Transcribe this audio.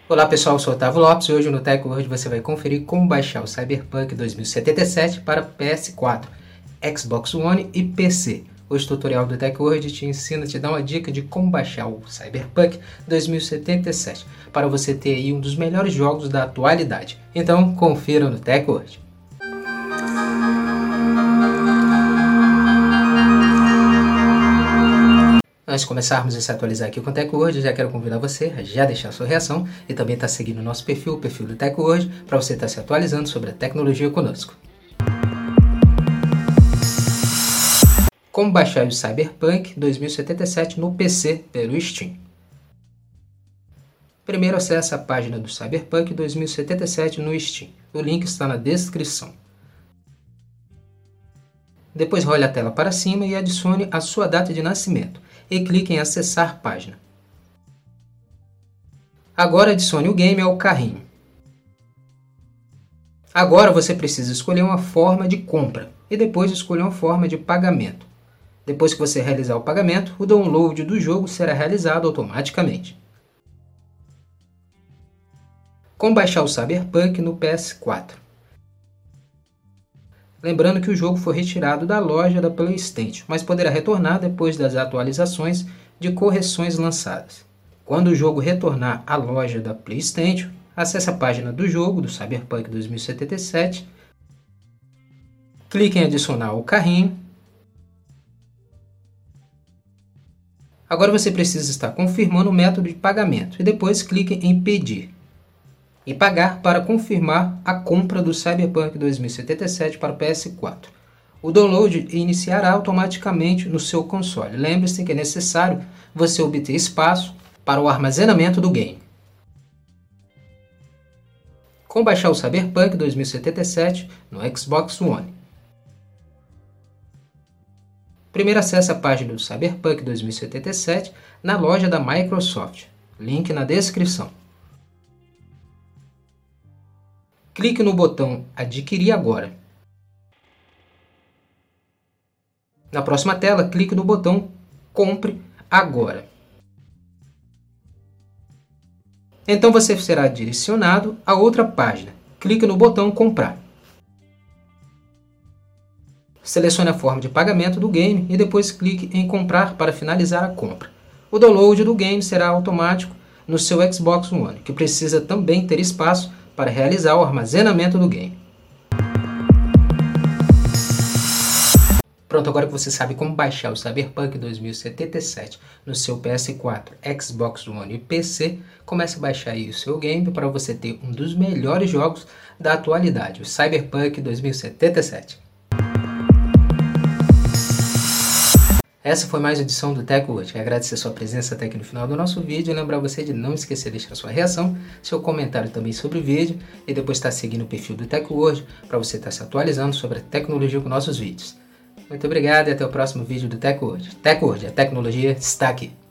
Olá pessoal, eu sou Otávio Lopes e hoje no TechWord você vai conferir como baixar o Cyberpunk 2077 para PS4, Xbox One e PC. Hoje o tutorial do TechWord te dá uma dica de como baixar o Cyberpunk 2077 para você ter aí um dos melhores jogos da atualidade. Então confira no TechWord. Antes de começarmos a se atualizar aqui com o TechWord, já quero convidar você a já deixar sua reação e também estar seguindo o nosso perfil, o perfil do TechWord, para você estar se atualizando sobre a tecnologia conosco. Como baixar o Cyberpunk 2077 no PC pelo Steam. Primeiro acesse a página do Cyberpunk 2077 no Steam. O link está na descrição. Depois role a tela para cima e adicione a sua data de nascimento e clique em acessar página. Agora adicione o game ao carrinho. Agora você precisa escolher uma forma de compra e depois escolher uma forma de pagamento. Depois que você realizar o pagamento, o download do jogo será realizado automaticamente. Como baixar o Cyberpunk no PS4? Lembrando que o jogo foi retirado da loja da PlayStation, mas poderá retornar depois das atualizações de correções lançadas. Quando o jogo retornar à loja da PlayStation, acesse a página do jogo do Cyberpunk 2077, clique em adicionar ao carrinho. Agora você precisa estar confirmando o método de pagamento e depois clique em pedir e pagar para confirmar a compra do Cyberpunk 2077 para o PS4. O download iniciará automaticamente no seu console. Lembre-se que é necessário você obter espaço para o armazenamento do game. Como baixar o Cyberpunk 2077 no Xbox One? Primeiro acesse a página do Cyberpunk 2077 na loja da Microsoft. Link na descrição. Clique no botão Adquirir agora. Na próxima tela, clique no botão Compre agora. Então você será direcionado a outra página. Clique no botão Comprar. Selecione a forma de pagamento do game e depois clique em Comprar para finalizar a compra. O download do game será automático no seu Xbox One, que precisa também ter espaço para realizar o armazenamento do game. Pronto, agora que você sabe como baixar o Cyberpunk 2077 no seu PS4, Xbox One e PC, comece a baixar aí o seu game para você ter um dos melhores jogos da atualidade, o Cyberpunk 2077. Essa foi mais uma edição do TechWord. Quero agradecer a sua presença até aqui no final do nosso vídeo e lembrar você de não esquecer de deixar sua reação, seu comentário também sobre o vídeo e depois estar seguindo o perfil do TechWord para você estar se atualizando sobre a tecnologia com nossos vídeos. Muito obrigado e até o próximo vídeo do TechWord. TechWord, a tecnologia está aqui.